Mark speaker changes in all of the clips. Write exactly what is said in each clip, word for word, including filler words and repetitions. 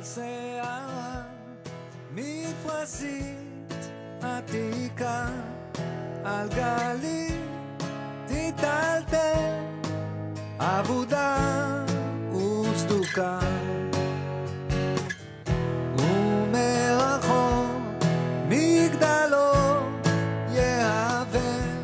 Speaker 1: על שערה מפרשית עתיקה, על גלים תטלטל, עבודה וסדוקה, ומרחוק מגדלו יהבל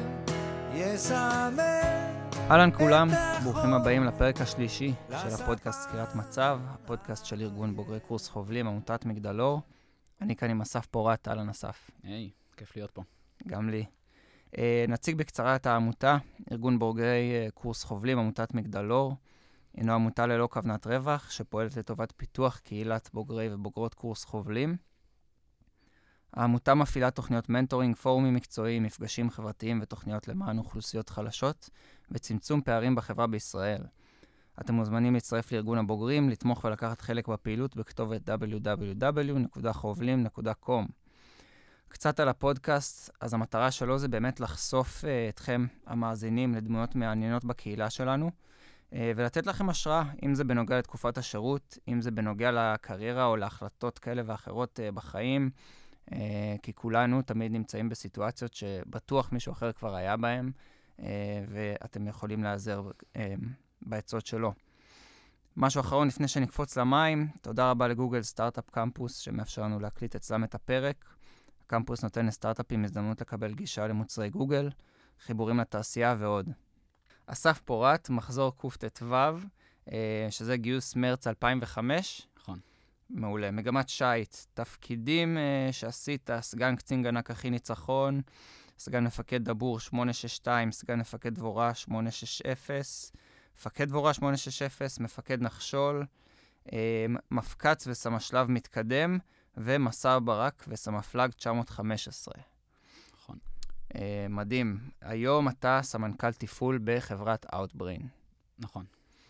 Speaker 1: ישמח.
Speaker 2: אהלן כולם, ברוכים הבאים לפרק השלישי של הפודקאסט סקירת מצב, הפודקאסט של ארגון בוגרי קורס חובלים, עמותת מגדלור. אני כאן עם אסף פורת. אהלן אסף.
Speaker 3: היי, כיף להיות פה.
Speaker 2: גם לי. Uh, נציג בקצרה את העמותה. ארגון בוגרי uh, קורס חובלים, עמותת מגדלור. הינו עמותה ללא כוונת רווח, שפועלת לטובת פיתוח קהילת בוגרי ובוגרות קורס חובלים. העמותה מפעילה תוכניות מנטורינג, פורומים מקצועיים, מפגשים חברתיים ותוכניות למען אוכלוסיות חלשות וצמצום פערים בחברה בישראל. אתם מוזמנים להצטרף לארגון הבוגרים, לתמוך ולקחת חלק בפעילות בכתובת דאבליו דאבליו דאבליו נקודה חובלים נקודה קום. קצת על הפודקאסט, אז המטרה שלו זה באמת לחשוף uh, אתכם המאזינים לדמויות מעניינות בקהילה שלנו, uh, ולתת לכם השראה, אם זה בנוגע לתקופת השירות, אם זה בנוגע לקריירה או להחלטות כאלה ואחרות uh, בחיים, uh, כי כולנו תמיד נמצאים בסיטואציות שבטוח מישהו אחר כבר היה בהם, uh, ואתם יכולים לעזר uh, בעצות שלו. משהו אחרון לפני שנקפוץ למים, תודה רבה לגוגל סטארט-אפ קמפוס שמאפשר לנו להקליט אצלם את הפרק. הקמפוס נותן לסטארט-אפים הזדמנות לקבל גישה למוצרי גוגל, חיבורים לתעשייה ועוד. אסף פורת, מחזור קט"ו, שזה גיוס מרץ אלפיים וחמש.
Speaker 3: נכון.
Speaker 2: מעולה. מגמת שייט, תפקידים שעשית, סגן קצין גנק אחי ניצחון, סגן מפקד דבור שמונה שש שתיים, סגן מפקד דבורה שמונה שש אפס, מפקד דבורה שמונה שש אפס, מפקד נחשול, מפקץ וסמשלב מתקדם, ומסע ברק וסמפלג תשע מאות וחמש עשרה.
Speaker 3: נכון.
Speaker 2: Uh, מדהים. היום אתה סמנכ"ל תפעול בחברת Outbrain.
Speaker 3: נכון.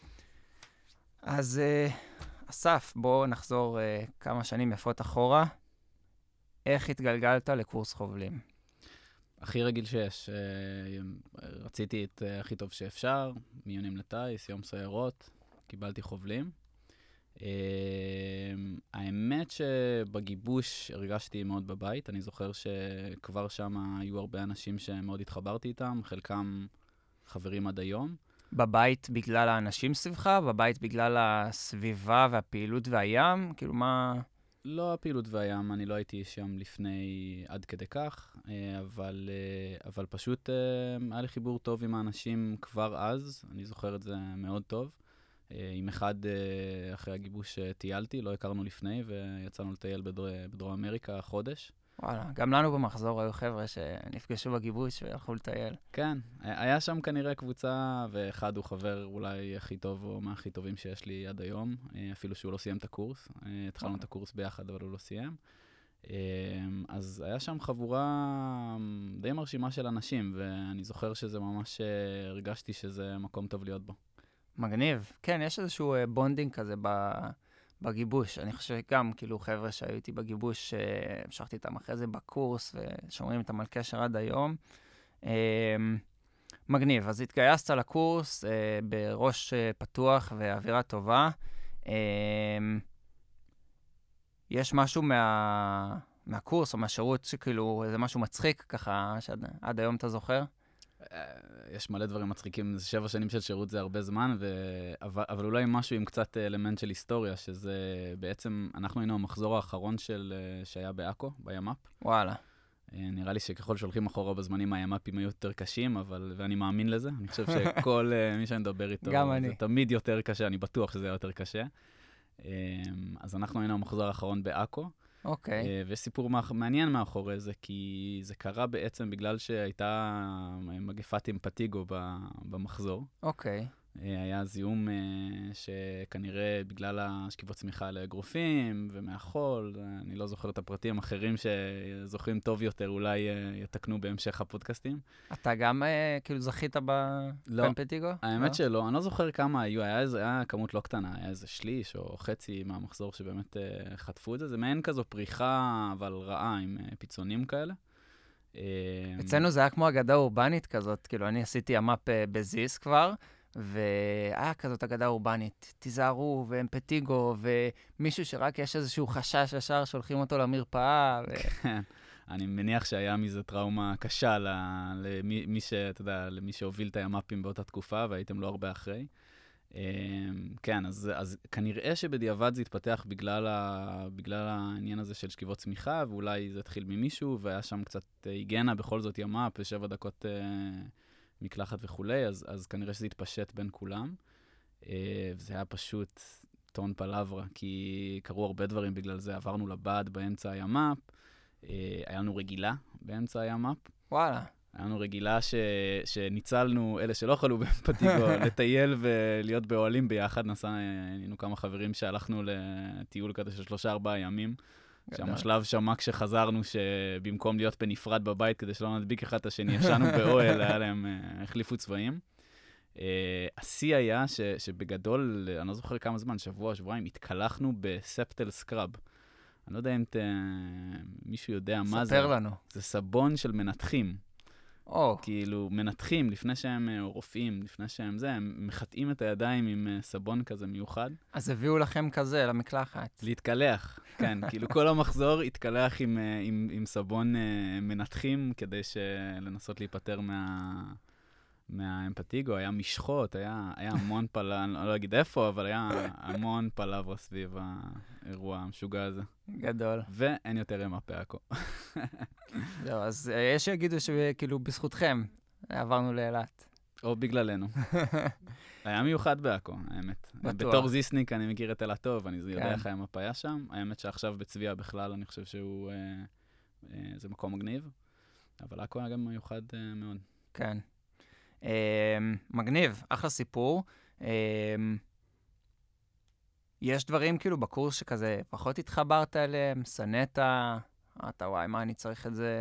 Speaker 2: אז uh, אסף, בוא נחזור uh, כמה שנים יפות אחורה. איך התגלגלת לקורס חובלים?
Speaker 3: הכי רגיל שיש. Uh, רציתי את uh, הכי טוב שאפשר, מיונים לטייס, יום סיירות, קיבלתי חובלים. Uh, האמת שבגיבוש הרגשתי מאוד בבית, אני זוכר שכבר שם היו הרבה אנשים שמאוד התחברתי איתם, חלקם חברים עד היום.
Speaker 2: בבית בגלל האנשים סביבך? בבית בגלל הסביבה והפעילות והים? כאילו מה...
Speaker 3: לא הפעילות והים, אני לא הייתי שם לפני עד כדי כך, אבל, אבל פשוט היה לי חיבור טוב עם האנשים כבר אז, אני זוכר את זה מאוד טוב. עם אחד אחרי הגיבוש טיילתי, לא הכרנו לפני, ויצאנו לטייל בדרום, בדרום אמריקה חודש.
Speaker 2: וואלה, גם לנו במחזור היו חבר'ה שנפגשו בגיבוש והלכו לטייל.
Speaker 3: כן, היה שם כנראה קבוצה, ואחד הוא חבר אולי הכי טוב, או מהכי טובים שיש לי עד היום, אפילו שהוא לא סיים את הקורס. התחלנו את הקורס ביחד, אבל הוא לא סיים. אז היה שם חבורה די מרשימה של אנשים, ואני זוכר שזה ממש הרגשתי שזה מקום טוב להיות בו.
Speaker 2: מגניב. כן, יש איזשהו בונדינג כזה בגיבוש. אני חושב גם, כאילו, חבר'ה שהיו איתי בגיבוש, המשכתי איתם אחרי זה בקורס, ושומרים איתם על קשר עד היום. מגניב. אז התגייסת לקורס בראש פתוח ואווירה טובה. יש משהו מה... מהקורס או מהשירות שכאילו, זה משהו מצחיק, ככה, שעד היום אתה זוכר?
Speaker 3: יש מלא דברים מצחיקים, זה שבע שנים של שירות, זה הרבה זמן, ו... אבל, אבל אולי משהו עם קצת אלמנט של היסטוריה, שזה בעצם, אנחנו היינו המחזור האחרון של, שהיה באקו, בימ"פ.
Speaker 2: וואלה.
Speaker 3: נראה לי שככל שהולכים אחורה בזמנים, הימ"פים היו יותר קשים, אבל, ואני מאמין לזה. אני חושב שכל מי שאני מדבר איתו, זה תמיד יותר קשה, אני בטוח שזה יותר קשה. אז אנחנו היינו המחזור האחרון באקו.
Speaker 2: אוקיי.
Speaker 3: Okay. ויש סיפור מעניין מאחורי זה, כי זה קרה בעצם בגלל שהייתה מגפת אימפטיגו במחזור.
Speaker 2: אוקיי. Okay.
Speaker 3: היה זיהום שכנראה בגלל השכיבות צמיחה לאגרופים ומהחול, אני לא זוכר את הפרטים אחרים שזוכרים טוב יותר, אולי יתקנו בהמשך הפודקאסטים.
Speaker 2: אתה גם כאילו זכית באימפטיגו?
Speaker 3: לא, האמת שלא, אני לא זוכר כמה היו, היה כמות לא קטנה, היה איזה שליש או חצי מהמחזור שבאמת חטפו את זה, זה מעין כזו פריחה אבל רעה עם פיצונים כאלה.
Speaker 2: אצלנו זה היה כמו אגדה אורבנית כזאת, כאילו אני עשיתי ימ"פ בזיס כבר, והיה כזאת אגדה אורבנית, תיזהרו, ואמפטיגו, ומישהו שרק יש איזשהו חשש ישר, שולחים אותו למרפאה. ו...
Speaker 3: כן, אני מניח שהיה מזה טראומה קשה למי, מי ש, אתה יודע, למי שהוביל את הימ"פים באותה תקופה, והייתם לא הרבה אחרי. כן, אז, אז כנראה שבדיעבד זה התפתח בגלל, ה, בגלל העניין הזה של שכיבות צמיחה, ואולי זה התחיל ממישהו, והיה שם קצת היגיינה, בכל זאת ימ"פ, שבע דקות מקלחת וכולי, אז, אז כנראה שזה התפשט בין כולם. וזה היה פשוט טון פלברה, כי קרו הרבה דברים בגלל זה. עברנו לבד באמצע הימ"פ, היה לנו רגילה באמצע הימ"פ.
Speaker 2: וואלה.
Speaker 3: היה לנו רגילה ש... שניצלנו, אלה שלא חלו בפטיגו, לטייל ולהיות באוהלים ביחד. נסענו כמה חברים שהלכנו לטיול כזה של שלושה ארבעה ימים. שם השלב שמה כשחזרנו שבמקום להיות בנפרד בבית כדי שלא נדביק אחד את השני, ישנו באוהל, היה להם, החליפו צבעים. השיא היה ש... שבגדול, אני לא זוכר כמה זמן, שבוע, שבועיים, התקלחנו בספטל סקרב. אני לא יודע אם ת... מישהו יודע מה זה.
Speaker 2: ספר לנו.
Speaker 3: זה סבון של מנתחים.
Speaker 2: או.
Speaker 3: כאילו, מנתחים, לפני שהם רופאים, לפני שהם זה, הם מחטאים את הידיים עם סבון כזה מיוחד.
Speaker 2: אז הביאו לכם כזה למקלחת.
Speaker 3: להתקלח, כן. כאילו, כל המחזור התקלח עם, עם, עם סבון מנתחים, כדי לנסות להיפטר מה... מהאמפטיגו, היה משחות, היה, היה המון פלה, אני לא אגיד איפה, אבל היה המון פלברה סביב האירוע המשוגע הזה.
Speaker 2: גדול.
Speaker 3: ואין יותר ימ"פ בעכו.
Speaker 2: זהו, אז יש שיגידו שכאילו בזכותכם עברנו לאילת.
Speaker 3: או בגללנו. היה מיוחד בעכו, האמת.
Speaker 2: בטוח.
Speaker 3: בתור זיסניק אני מכיר את אילת טוב, אני יודע איך הימ"פ היה שם. האמת שעכשיו בצביה בכלל, אני חושב שהוא, אה, אה, זה מקום מגניב, אבל עכו היה גם מיוחד אה, מאוד.
Speaker 2: כן. Uh, מגניב, אחלה סיפור. Uh, יש דברים כאילו בקורס שכזה פחות התחברת אליהם, סנית, אתה וואי, מה אני צריך את זה?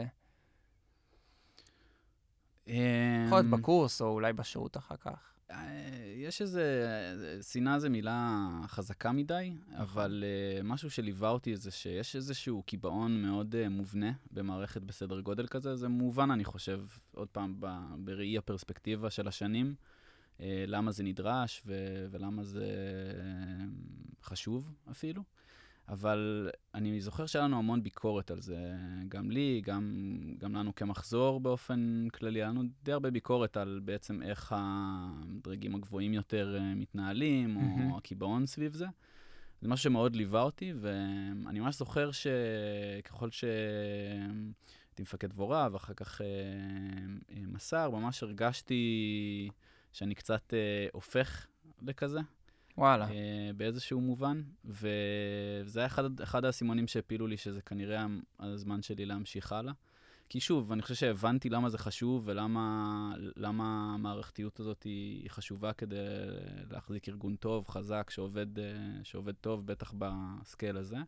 Speaker 2: יכול להיות בקורס או אולי בשירות אחר כך.
Speaker 3: יש איזה, שנאה זה מילה חזקה מדי, אבל uh, משהו שליווה אותי זה שיש איזשהו קיבעון מאוד uh, מובנה במערכת בסדר גודל כזה. זה מובן, אני חושב, עוד פעם, בראי הפרספקטיבה של השנים, uh, למה זה נדרש ו- ולמה זה uh, חשוב אפילו. אבל אני זוכר שהיה לנו המון ביקורת על זה, גם לי, גם, גם לנו כמחזור באופן כללי, היה לנו די הרבה ביקורת על בעצם איך הדרגים הגבוהים יותר מתנהלים, mm-hmm. או הקיבעון סביב זה. זה משהו שמאוד ליווה אותי, ואני ממש זוכר שככל שהייתי מפקד דבורה, ואחר כך מסר, ממש הרגשתי שאני קצת הופך לכזה.
Speaker 2: וואלה.
Speaker 3: באיזשהו מובן, וזה היה אחד, אחד הסימונים שהפילו לי שזה כנראה הזמן שלי להמשיך הלאה. כי שוב, אני חושב שהבנתי למה זה חשוב, ולמה למה המערכתיות הזאת היא חשובה כדי להחזיק ארגון טוב, חזק, שעובד, שעובד טוב, בטח בסקייל הזה.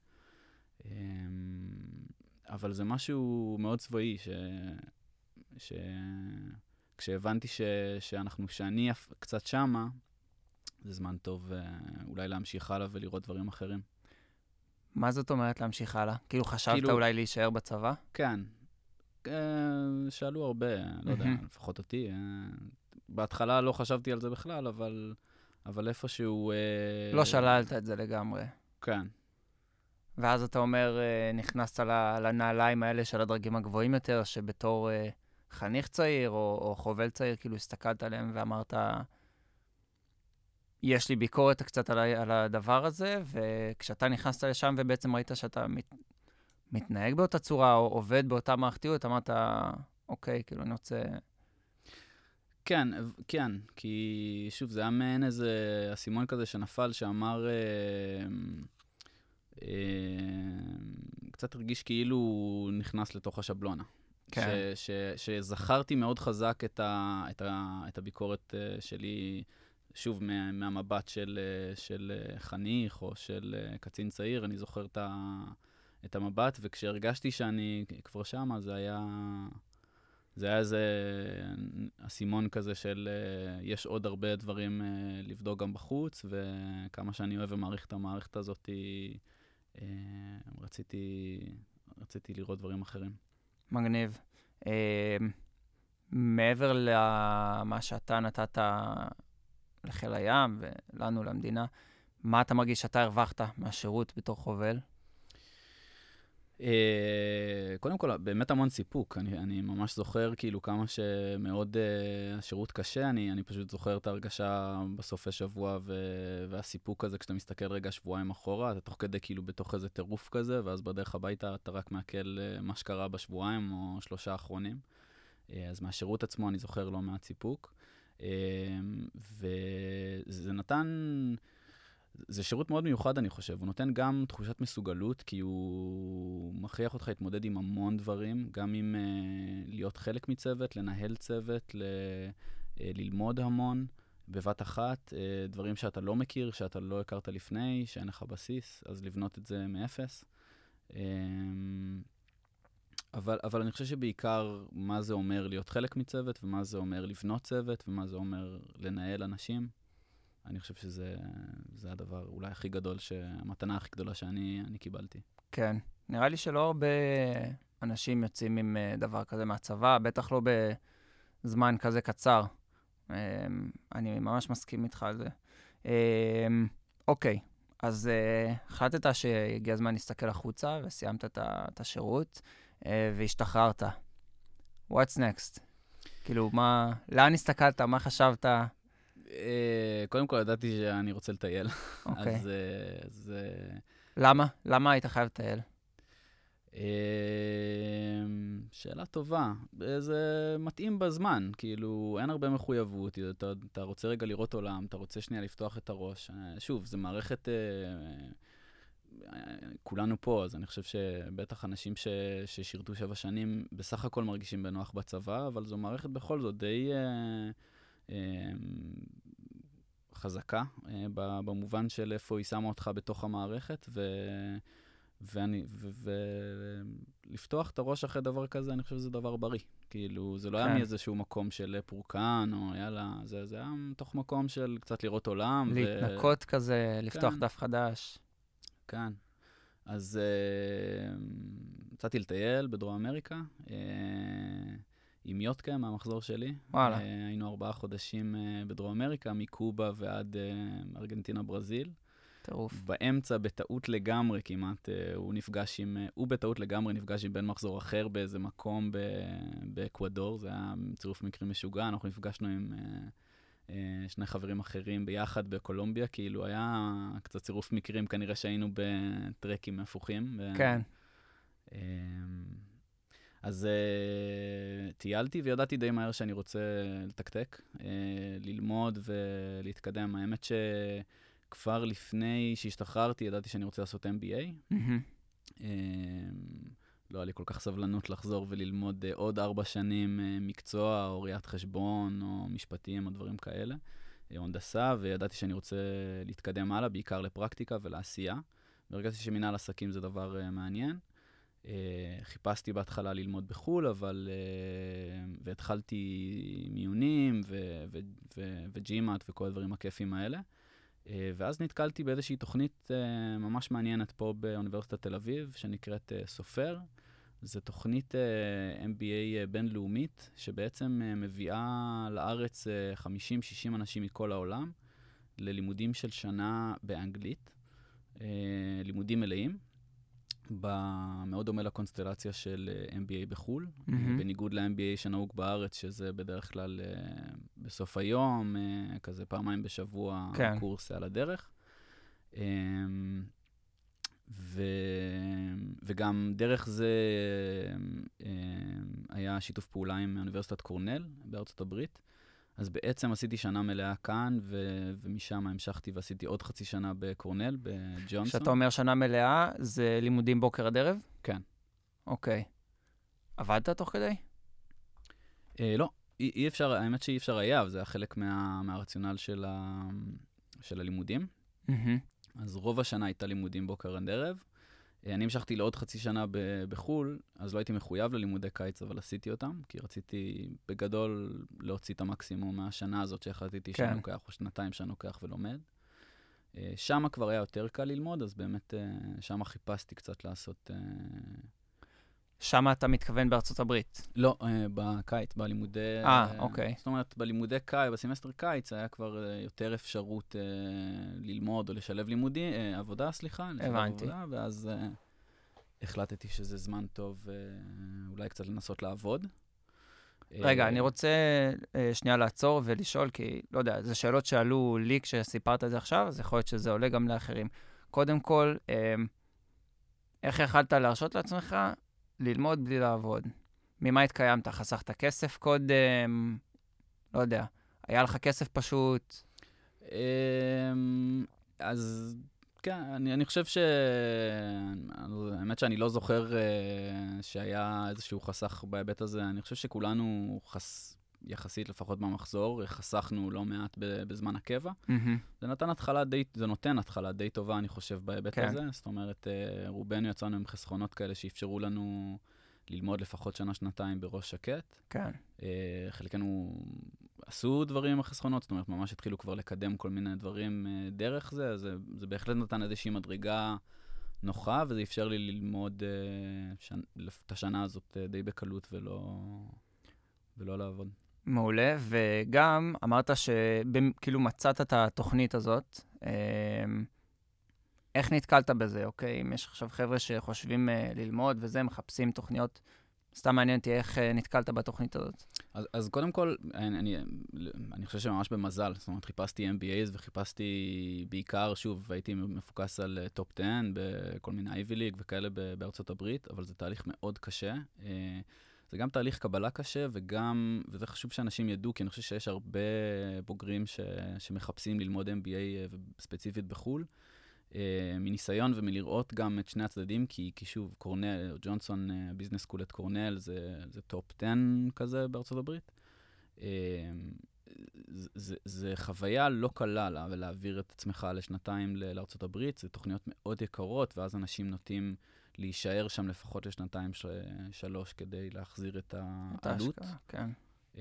Speaker 3: אבל זה משהו מאוד צבאי, ש... ש... כשהבנתי ש... שאנחנו, שאני קצת שמה, זה זמן טוב אולי להמשיך הלאה ולראות דברים אחרים.
Speaker 2: מה זאת אומרת להמשיך הלאה? כאילו חשבת כאילו, אולי להישאר בצבא?
Speaker 3: כן. שאלו הרבה, לא יודע, לפחות אותי. בהתחלה לא חשבתי על זה בכלל, אבל, אבל איפשהו...
Speaker 2: לא שללת את זה לגמרי.
Speaker 3: כן.
Speaker 2: ואז אתה אומר, נכנסת לנעליים האלה של הדרגים הגבוהים יותר, שבתור חניך צעיר או, או חובל צעיר, כאילו הסתכלת עליהם ואמרת... יש לי ביקורת קצת על, על הדבר הזה, וכשאתה נכנסת לשם ובעצם ראית שאתה מת, מתנהג באותה צורה, או עובד באותה מערכתיות, אמרת, אוקיי, כאילו אני רוצה...
Speaker 3: כן, כן, כי שוב, זה היה מעין איזה הסימון כזה שנפל, שאמר, אה, אה, קצת הרגיש כאילו הוא נכנס לתוך השבלונה. כן. ש, ש, שזכרתי מאוד חזק את, ה, את, ה, את הביקורת שלי, שוב, מה, מהמבט של, של חניך או של קצין צעיר, אני זוכר את, ה, את המבט, וכשהרגשתי שאני כבר שמה, זה היה, זה היה איזה הסימון כזה של יש עוד הרבה דברים לבדוק גם בחוץ, וכמה שאני אוהב ומעריך את המערכת הזאת, רציתי, רציתי לראות דברים אחרים.
Speaker 2: מגניב. מעבר למה שאתה נתת לחיל הים ולנו, למדינה. מה אתה מרגיש שאתה הרווחת מהשירות בתור חובל?
Speaker 3: קודם כל, באמת המון סיפוק. אני, אני ממש זוכר כאילו כמה שמאוד uh, השירות קשה. אני, אני פשוט זוכר את ההרגשה בסופי שבוע ו- והסיפוק הזה, כשאתה מסתכל רגע שבועיים אחורה, אתה תוך כדי כאילו בתוך איזה טירוף כזה, ואז בדרך הביתה אתה רק מעכל uh, מה שקרה בשבועיים או שלושה האחרונים. Uh, אז מהשירות עצמו אני זוכר לא מעט סיפוק. Uh, וזה נתן... זה שירות מאוד מיוחד, אני חושב. הוא נותן גם תחושת מסוגלות, כי הוא מכריח אותך להתמודד עם המון דברים, גם עם uh, להיות חלק מצוות, לנהל צוות, ל- uh, ללמוד המון בבת אחת, uh, דברים שאתה לא מכיר, שאתה לא הכרת לפני, שאין לך בסיס, אז לבנות את זה מאפס. Um, אבל, אבל אני חושב שבעיקר מה זה אומר להיות חלק מצוות, ומה זה אומר לבנות צוות, ומה זה אומר לנהל אנשים. אני חושב שזה זה הדבר אולי הכי גדול, המתנה הכי גדולה שאני אני קיבלתי.
Speaker 2: כן. נראה לי שלא הרבה אנשים יוצאים עם דבר כזה מהצבא, בטח לא בזמן כזה קצר. אני ממש מסכים איתך על זה. אוקיי, אז החלטת שהגיע הזמן להסתכל החוצה, וסיימת את השירות, והשתחררת. What's next? כאילו, מה, לאן הסתכלת? מה חשבת?
Speaker 3: קודם כל, ידעתי שאני רוצה לטייל.
Speaker 2: אוקיי.
Speaker 3: אז זה...
Speaker 2: למה? למה היית חייב לטייל?
Speaker 3: שאלה טובה. זה מתאים בזמן. כאילו, אין הרבה מחויבות. אתה, אתה רוצה רגע לראות עולם, אתה רוצה שנייה לפתוח את הראש. שוב, זה מערכת... כולנו פה, אז אני חושב שבטח אנשים ש, ששירתו שבע שנים בסך הכל מרגישים בנוח בצבא, אבל זו מערכת בכל זאת די... חזקה, במובן של איפה היא שמה אותך בתוך המערכת, ו... ואני, ו... ולפתוח את הראש אחרי דבר כזה, אני חושב שזה דבר בריא. כאילו, זה לא היה מאיזשהו מקום של פורקן, או יאללה, זה, זה היה מתוך מקום של קצת לראות עולם.
Speaker 2: להתנקות ו... כזה, לפתוח דף חדש.
Speaker 3: כן. אז יצאתי לטייל בדרום אמריקה, עם יוטקה מהמחזור שלי.
Speaker 2: וואלה.
Speaker 3: היינו ארבעה חודשים בדרום אמריקה, מקובה ועד ארגנטינה, ברזיל.
Speaker 2: טירוף.
Speaker 3: באמצע, בטעות לגמרי כמעט, הוא נפגש עם, הוא בטעות לגמרי נפגש עם בן מחזור אחר באיזה מקום באקוודור. זה היה צירוף מקרים משוגע. אנחנו נפגשנו עם שני חברים אחרים ביחד בקולומביה, כאילו היה קצת צירוף מקרים, כנראה שהיינו בטרקים הפוכים.
Speaker 2: כן.
Speaker 3: אז uh, טיילתי וידעתי די מהר שאני רוצה לתקתק, uh, ללמוד ולהתקדם. האמת שכבר לפני שהשתחררתי ידעתי שאני רוצה לעשות אם בי איי. Mm-hmm. Uh, לא היה לי כל כך סבלנות לחזור וללמוד uh, עוד ארבע שנים uh, מקצוע, או ראיית חשבון, או משפטים, או דברים כאלה, או הנדסה, וידעתי שאני רוצה להתקדם הלאה, בעיקר לפרקטיקה ולעשייה. והרגשתי שמנהל עסקים זה דבר uh, מעניין. Uh, חיפשתי בהתחלה ללמוד בחול, אבל uh, והתחלתי מיונים וג'ימאט וכל הדברים הכיפים האלה. Uh, ואז נתקלתי באיזושהי תוכנית uh, ממש מעניינת פה באוניברסיטת תל אביב, שנקראת uh, סופר. זו תוכנית uh, אם בי איי uh, בינלאומית, שבעצם uh, מביאה לארץ uh, חמישים שישים אנשים מכל העולם, ללימודים של שנה באנגלית, uh, לימודים מלאים. מאוד דומה לקונסטלציה של אם בי איי בחול, mm-hmm. בניגוד ל-אם בי איי שנהוג בארץ, שזה בדרך כלל uh, בסוף היום, uh, כזה פעמיים בשבוע, כן. קורס על הדרך. Um, ו... וגם דרך זה um, היה שיתוף פעולה עם אוניברסיטת קורנל בארצות הברית, אז בעצם עשיתי שנה מלאה כאן, ו- ומשם המשכתי ועשיתי עוד חצי שנה בקורנל, בג'ונסון.
Speaker 2: כשאתה אומר שנה מלאה, זה לימודים בוקר עד ערב?
Speaker 3: כן.
Speaker 2: אוקיי. עבדת תוך כדי?
Speaker 3: אה, לא, אי, אי אפשר, האמת שאי אפשר היה, וזה היה חלק מה, מהרציונל של, ה, של הלימודים. Mm-hmm. אז רוב השנה הייתה לימודים בוקר עד ערב. אני המשכתי לעוד חצי שנה בחול, אז לא הייתי מחויב ללימודי קיץ, אבל עשיתי אותם, כי רציתי בגדול להוציא את המקסימום מהשנה הזאת שהחלטתי כן. שאני לוקח, או שנתיים שאני לוקח ולומד. שם כבר היה יותר קל ללמוד, אז באמת שם חיפשתי קצת לעשות...
Speaker 2: שם אתה מתכוון בארצות הברית.
Speaker 3: לא, אה, בקיץ, בלימודי...
Speaker 2: אה, אוקיי.
Speaker 3: זאת אומרת, בלימודי קיץ, בסמסטר קיץ, היה כבר אה, יותר אפשרות אה, ללמוד או לשלב לימודי, אה, עבודה, סליחה. לשלב
Speaker 2: הבנתי.
Speaker 3: עבודה, ואז אה, החלטתי שזה זמן טוב אה, אולי קצת לנסות לעבוד.
Speaker 2: רגע,
Speaker 3: אה,
Speaker 2: אני רוצה אה, שנייה לעצור ולשאול, כי, לא יודע, זה שאלות שעלו לי כשסיפרת את זה עכשיו, אז יכול להיות שזה עולה גם לאחרים. קודם כל, אה, איך יכלת להרשות לעצמך ללמוד בלי לעבוד? ממה התקיימת? חסכת כסף קודם? לא יודע. היה לך כסף פשוט?
Speaker 3: אמ, אז כן, אני, אני חושב ש... האמת שאני לא זוכר uh, שהיה איזשהו חסך בהיבט הזה. אני חושב שכולנו חס... יחסית, לפחות במחזור, חסכנו לא מעט בזמן הקבע.
Speaker 2: Mm-hmm.
Speaker 3: זה נתן התחלה די, זה נותן התחלה די טובה, אני חושב, בהיבט
Speaker 2: כן.
Speaker 3: הזה. זאת אומרת, uh, רובנו יצאנו עם חסכונות כאלה שאפשרו לנו ללמוד לפחות שנה-שנתיים בראש שקט.
Speaker 2: כן.
Speaker 3: Uh, חלקנו עשו דברים עם החסכונות, זאת אומרת, ממש התחילו כבר לקדם כל מיני דברים uh, דרך זה, אז זה, זה בהחלט נתן איזושהי מדרגה נוחה, וזה אפשר לי ללמוד uh, שנ... את השנה הזאת uh, די בקלות ולא, ולא לעבוד.
Speaker 2: מעולה, וגם אמרת שכאילו מצאת את התוכנית הזאת, איך נתקלת בזה, אוקיי? אם יש עכשיו חבר'ה שחושבים ללמוד וזה, מחפשים תוכניות, סתם מעניין אותי איך נתקלת בתוכנית הזאת.
Speaker 3: אז, אז קודם כל, אני, אני, אני חושב שממש במזל, זאת אומרת, חיפשתי אם בי איז וחיפשתי בעיקר, שוב, הייתי מפוקס על טופ עשר בכל מיני אייבי ליג וכאלה בארצות הברית, אבל זה תהליך מאוד קשה. זה גם תהליך קבלה קשה, וגם, וזה חשוב שאנשים ידעו, כי אני חושב שיש הרבה בוגרים ש, שמחפשים ללמוד אם בי איי ספציפית בחול, מניסיון ומלראות גם את שני הצדדים, כי, כי שוב, קורנל, ג'ונסון, ביזנס סקול את קורנל, זה, זה טופ עשר כזה בארצות הברית. זה, זה, זה חוויה לא קלה לה, ולהעביר את עצמך לשנתיים לארצות הברית, זה תוכניות מאוד יקרות, ואז אנשים נוטים להישאר שם לפחות לשנתיים של, שלוש, כדי להחזיר את העלות.
Speaker 2: כן.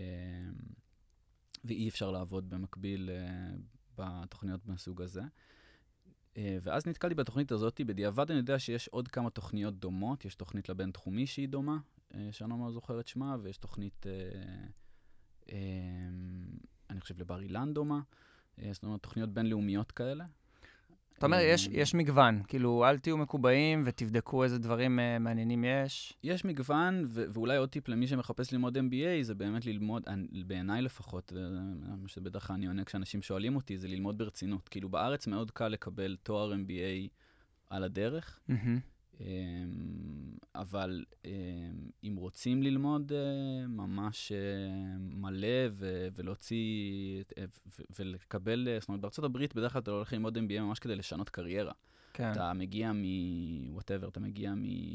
Speaker 3: ואי אפשר לעבוד במקביל בתוכניות מהסוג הזה. ואז נתקלתי בתוכנית הזאת, בדיעבד אני יודע שיש עוד כמה תוכניות דומות, יש תוכנית לבן תחומי שהיא דומה, שאני לא זוכר את שמה, ויש תוכנית, אני חושב לבר אילן דומה, זאת אומרת תוכניות בינלאומיות כאלה.
Speaker 2: אתה אומר, יש, יש מגוון, כאילו, אל תהיו מקובעים ותבדקו איזה דברים uh, מעניינים יש.
Speaker 3: יש מגוון, ו- ואולי עוד טיפ למי שמחפש ללמוד אם בי איי, זה באמת ללמוד, בעיניי לפחות, מה שבדרך כלל אני עונה כשאנשים שואלים אותי, זה ללמוד ברצינות. כאילו, בארץ מאוד קל לקבל תואר אם בי איי על הדרך,
Speaker 2: Mm-hmm.
Speaker 3: אבל אם רוצים ללמוד ממש מלא ו- ולהוציא ו- ולקבל, זאת אומרת, בארצות הברית בדרך כלל אתה לא הולך ללמוד אם בי איי ממש כדי לשנות קריירה.
Speaker 2: כן.
Speaker 3: אתה מגיע מ-whatever, אתה מגיע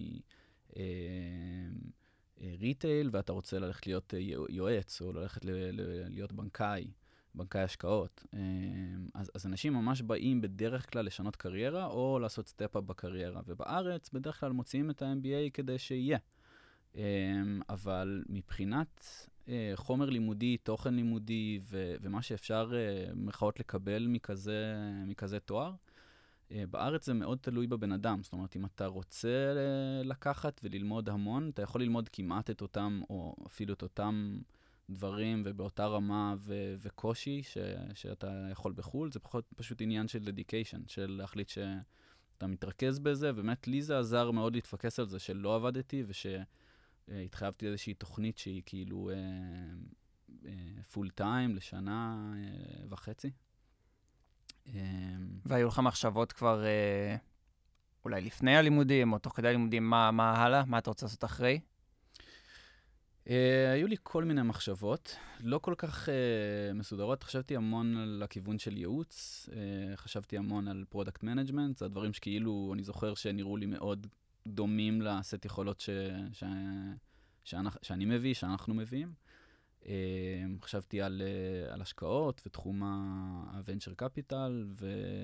Speaker 3: מ-retail ואתה רוצה ללכת להיות יועץ או ללכת ל- ל- להיות בנקאי, בנקאי השקעות. אז, אז אנשים ממש באים בדרך כלל לשנות קריירה או לעשות סטפ-אפ בקריירה. ובארץ בדרך כלל מוציאים את ה-אם בי איי כדי שיהיה. אבל מבחינת חומר לימודי, תוכן לימודי ו- ומה שאפשר מרכאות לקבל מכזה, מכזה תואר, בארץ זה מאוד תלוי בבן אדם. זאת אומרת, אם אתה רוצה לקחת וללמוד המון, אתה יכול ללמוד כמעט את אותם, או אפילו את אותם דברים ובאותה רמה ו- וקושי ש- שאתה יכול בחול. זה פחות פשוט עניין של dedication, של להחליט שאתה מתרכז בזה. באמת, לי זה עזר מאוד להתפקס על זה שלא עבדתי, ושהתחייבתי לאיזושהי תוכנית שהיא כאילו פול טיים לשנה וחצי.
Speaker 2: והיו לך מחשבות כבר אולי לפני הלימודים או תוך כדי הלימודים, מה, מה הלאה? מה אתה רוצה לעשות אחרי?
Speaker 3: היו לי כל מיני מחשבות, לא כל כך מסודרות. חשבתי המון על הכיוון של ייעוץ, חשבתי המון על פרודקט מנג'מנט, זה הדברים שכאילו אני זוכר שנראו לי מאוד דומים לסט יכולות ש... ש... שאנחנו, שאני מביא, שאנחנו מביאים. חשבתי על, על השקעות ותחום ה-venture capital,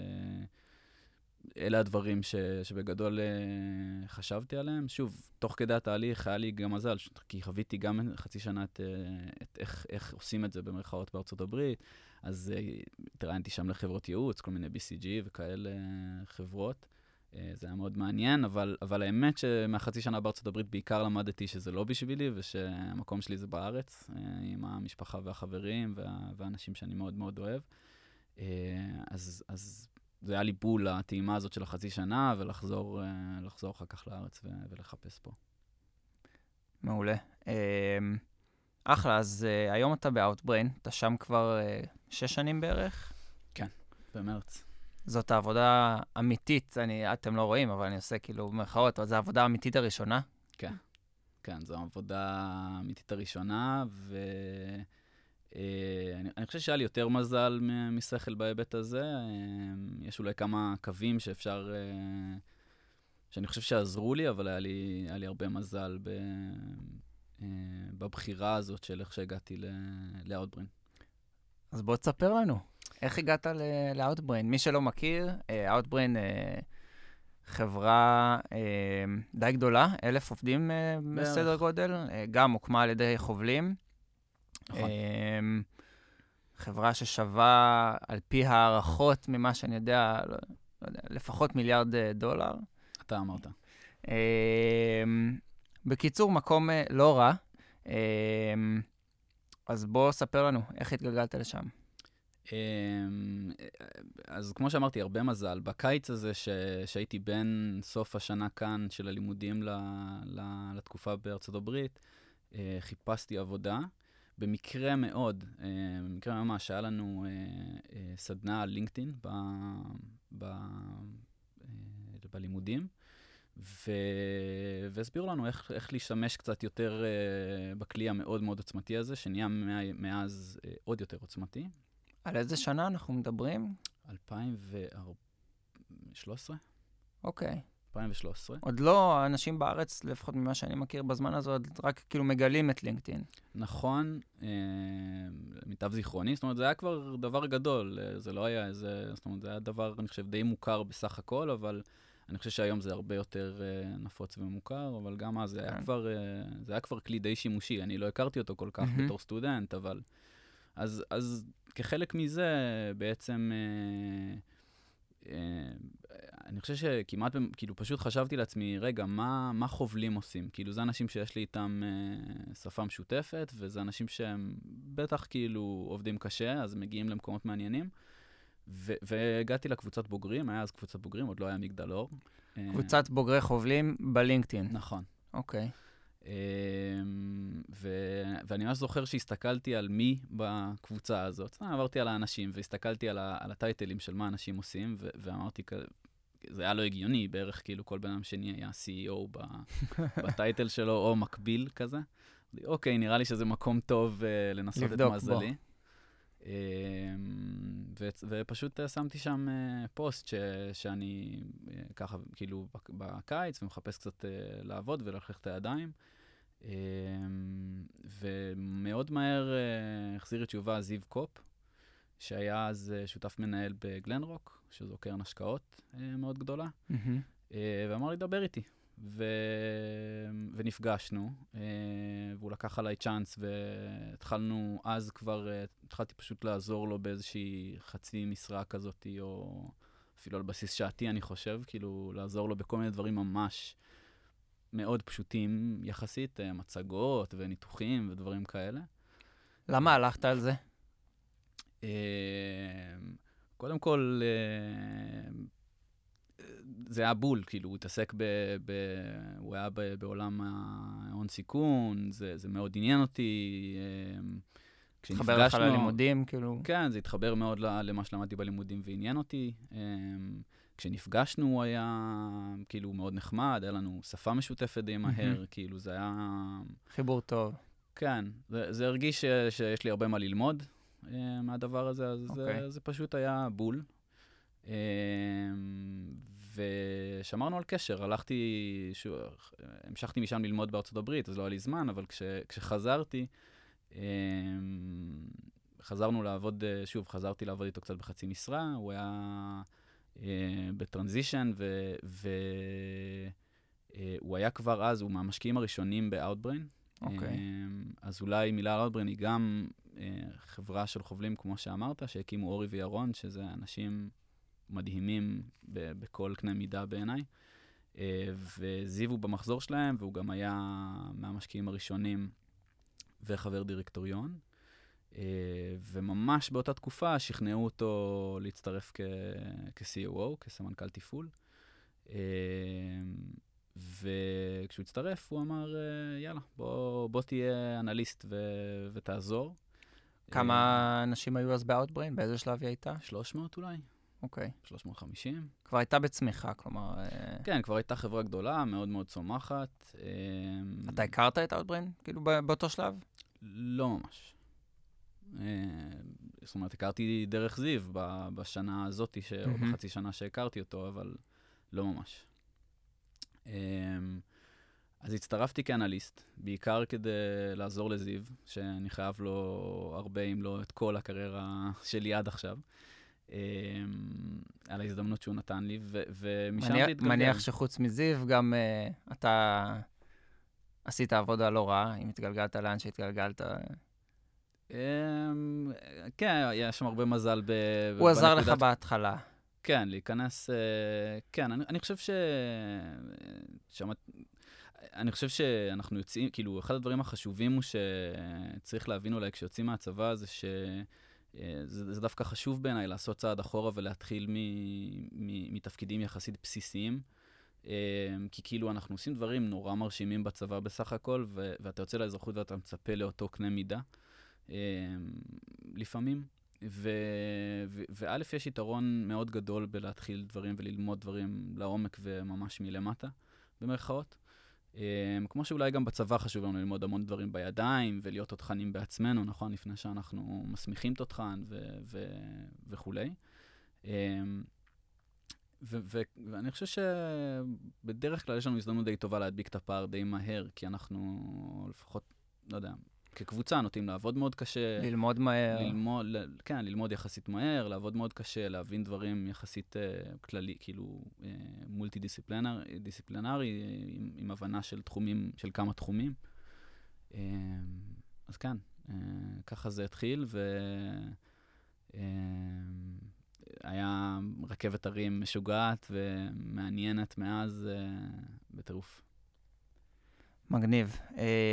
Speaker 3: ואלה הדברים ש, שבגדול חשבתי עליהם. שוב, תוך כדי התהליך היה לי גם מזל, כי חוויתי גם חצי שנה את, את איך, איך עושים את זה במרכאות בארצות הברית, אז התראיינתי שם לחברות ייעוץ, כל מיני בי סי ג'י וכאלה חברות. זה היה מאוד מעניין, אבל, אבל האמת שמהחצי שנה בארצות הברית בעיקר למדתי שזה לא בשבילי, ושהמקום שלי זה בארץ, עם המשפחה והחברים וה, והאנשים שאני מאוד מאוד אוהב. אז, אז זה היה לי בול הטעימה הזאת של החצי שנה, ולחזור לחזור אחר כך לארץ ו, ולחפש פה.
Speaker 2: מעולה. אחלה, אז היום אתה ב-Outbrain, אתה שם כבר שש שנים בערך?
Speaker 3: כן, במרץ.
Speaker 2: זאת העבודה אמיתית, אני, אתם לא רואים, אבל אני עושה כאילו במרכאות, אבל זו העבודה האמיתית הראשונה?
Speaker 3: כן, כן, זו העבודה האמיתית הראשונה, ואני אני חושב שהיה לי יותר מזל משכל בהיבט הזה. יש אולי כמה קווים שאפשר, שאני חושב שעזרו לי, אבל היה לי, היה לי הרבה מזל ב, בבחירה הזאת של איך שהגעתי ל-Outbrain.
Speaker 2: אז בוא תספר לנו. איך הגעת ל-Outbrain? מי שלא מכיר, Outbrain חברה די גדולה, אלף עובדים בסדר גודל, גם הוקמה על ידי חובלים.
Speaker 3: נכון.
Speaker 2: חברה ששווה על פי הערכות ממה שאני יודע, לא יודע, לפחות מיליארד דולר.
Speaker 3: אתה אמרת.
Speaker 2: בקיצור, מקום לא רע. אז בוא ספר לנו, איך התגלגלת לשם?
Speaker 3: אז כמו שאמרתי, הרבה מזל. בקיץ הזה ש... שהייתי בין סוף השנה כאן של הלימודים ל... ל... לתקופה בארצות הברית, חיפשתי עבודה. במקרה מאוד, במקרה ממש, היה לנו סדנה על לינקדאין ב... ב... בלימודים, ו... והסבירו לנו איך, איך להשתמש קצת יותר בכלי המאוד מאוד עוצמתי הזה, שנהיה מאז עוד יותר עוצמתי.
Speaker 2: על איזה שנה אנחנו מדברים?
Speaker 3: אלפיים ושלוש עשרה.
Speaker 2: אוקיי.
Speaker 3: אלפיים ושלוש עשרה.
Speaker 2: עוד לא, האנשים בארץ, לפחות ממה שאני מכיר בזמן הזה, עוד רק כאילו מגלים את לינקדאין.
Speaker 3: נכון, אה, למיטב זיכרוני, זאת אומרת, זה היה כבר דבר גדול, זה לא היה איזה, זאת אומרת, זה היה דבר, אני חושב, די מוכר בסך הכל, אבל אני חושב שהיום זה הרבה יותר אה, נפוץ ומוכר, אבל גם אז זה היה כבר, אה, זה היה כבר כלי די שימושי, אני לא הכרתי אותו כל כך mm-hmm. בתור סטודנט, אבל אז, אז כחלק מזה, בעצם, אה, אה, אני חושב שכמעט, כאילו, פשוט חשבתי לעצמי, רגע, מה, מה חובלים עושים? כאילו, זה אנשים שיש לי איתם אה, שפה משותפת, וזה אנשים שהם בטח כאילו עובדים קשה, אז מגיעים למקומות מעניינים. ו- והגעתי לקבוצת בוגרים, היה אז קבוצת בוגרים, עוד לא היה מגדל אור.
Speaker 2: קבוצת בוגרי חובלים בלינקדאין.
Speaker 3: נכון.
Speaker 2: אוקיי.
Speaker 3: ו- ואני ממש זוכר שהסתכלתי על מי בקבוצה הזאת. עברתי על האנשים והסתכלתי על, ה- על הטייטלים של מה אנשים עושים, ו- ואמרתי, זה היה לא הגיוני, בערך כאילו כל בן אדם שני היה סי אי או בטייטל שלו, או מקביל כזה. אוקיי, נראה לי שזה מקום טוב לנסות את מזלי. ופשוט שמתי שם פוסט שאני ככה כאילו בקיץ ומחפש קצת לעבוד וללכת את הידיים. ומאוד מהר החזיר את תשובה זיו קופ, שהיה אז שותף מנהל בגלנרוק, שזו קרן השקעות מאוד גדולה, ואמר לי, דבר איתי. ו... ונפגשנו, והוא לקח עליי צ'אנס, והתחלנו אז כבר, התחלתי פשוט לעזור לו באיזושהי חצי משרה כזאת, או אפילו על בסיס שעתי, אני חושב, כאילו לעזור לו בכל מיני דברים ממש מאוד פשוטים יחסית, מצגות וניתוחים ודברים כאלה.
Speaker 2: למה הלכת על זה?
Speaker 3: קודם כל, זה היה בול, כאילו, הוא התעסק ב... ב הוא היה ב, בעולם ההון סיכון, זה, זה מאוד עניין אותי.
Speaker 2: התחבר לך ללימודים, כאילו?
Speaker 3: כן, זה התחבר מאוד למה שלמדתי בלימודים ועניין אותי. כשנפגשנו הוא היה, כאילו, מאוד נחמד, היה לנו שפה משותפת די מהר, כאילו, זה היה...
Speaker 2: חיבור טוב. כן,
Speaker 3: זה, זה הרגיש ש, שיש לי הרבה מה ללמוד מהדבר הזה, אז okay. זה, זה פשוט היה בול. ושמרנו על קשר, הלכתי, שוב, המשכתי משם ללמוד בארצות הברית, אז לא היה לי זמן, אבל כש, כשחזרתי, חזרנו לעבוד, שוב, חזרתי לעבוד איתו קצת בחצי משרה, הוא היה בטרנזישן, והוא היה כבר אז, הוא מהמשקיעים הראשונים ב-Outbrain,
Speaker 2: אוקיי.
Speaker 3: אז אולי מילה על Outbrain היא גם חברה של חובלים, כמו שאמרת, שהקימו אורי וירון, שזה אנשים מדהימים ב- בכל קנה מידה בעיניי. וזיו הוא במחזור שלהם, והוא גם היה מהמשקיעים הראשונים וחבר דירקטוריון. וממש באותה תקופה שכנעו אותו להצטרף כ-סי או או, כסמנכ"ל תפעול. וכשהוא הצטרף, הוא אמר, יאללה, בוא, בוא תהיה אנליסט ו- ותעזור.
Speaker 2: כמה אנשים היו אז ב-Outbrain? באיזה שלב היא הייתה?
Speaker 3: שלוש מאות אולי.
Speaker 2: אוקיי.
Speaker 3: שלוש מאות וחמישים.
Speaker 2: כבר הייתה בצמיחה, כלומר...
Speaker 3: כן, כבר הייתה חברה גדולה, מאוד מאוד צומחת.
Speaker 2: אתה הכרת את Outbrain, כאילו, באותו שלב?
Speaker 3: לא ממש. זאת אומרת, הכרתי דרך זיו בשנה הזאת, או בחצי שנה שהכרתי אותו, אבל לא ממש. אז הצטרפתי כאנליסט, בעיקר כדי לעזור לזיו, שאני חייב לו הרבה, אם לא את כל הקריירה שלי עד עכשיו, על ההזדמנות שהוא נתן לי, ומשם להתגלגל.
Speaker 2: מניח שחוץ מזיו, גם אתה עשית עבודה לא רעה, אם התגלגלת לאן שהתגלגלת.
Speaker 3: כן, יש שם הרבה מזל ב...
Speaker 2: הוא עזר לך בהתחלה.
Speaker 3: כן, להיכנס... כן, אני חושב ש... אני חושב שאנחנו יוצאים, כאילו, אחד הדברים החשובים הוא שצריך להבין אולי כשיוצאים מהצבא זה שזה דווקא חשוב בעיניי לעשות צעד אחורה ולהתחיל מתפקידים יחסית בסיסיים, כי כאילו אנחנו עושים דברים נורא מרשימים בצבא בסך הכל, ואתה יוצא לאזרחות ואתה מצפה לאותו קנה מידה, לפעמים. וא' יש יתרון מאוד גדול בלהתחיל דברים וללמוד דברים לעומק וממש מלמטה, במרכאות. כמו שאולי גם בצבא חשוב לנו ללמוד המון דברים בידיים ולהיות תותחנים בעצמנו, נכון? לפני שאנחנו מסמיכים תותחן וכו'. ואני חושב שבדרך כלל יש לנו הזדמנות די טובה להדביק את הפער די מהר, כי אנחנו לפחות, לא יודע, כקבוצה נוטים לעבוד מאוד קשה.
Speaker 2: ללמוד מהר.
Speaker 3: ללמוד, כן, ללמוד יחסית מהר, לעבוד מאוד קשה, להבין דברים יחסית uh, כללי, כאילו uh, מולטי-דיסציפלינרי, דיסציפלינרי, עם, עם הבנה של תחומים, של כמה תחומים. Uh, אז כן, uh, ככה זה התחיל, והיה uh, רכבת הרים משוגעת ומעניינת מאז uh, בטירוף.
Speaker 2: מגניב. Uh...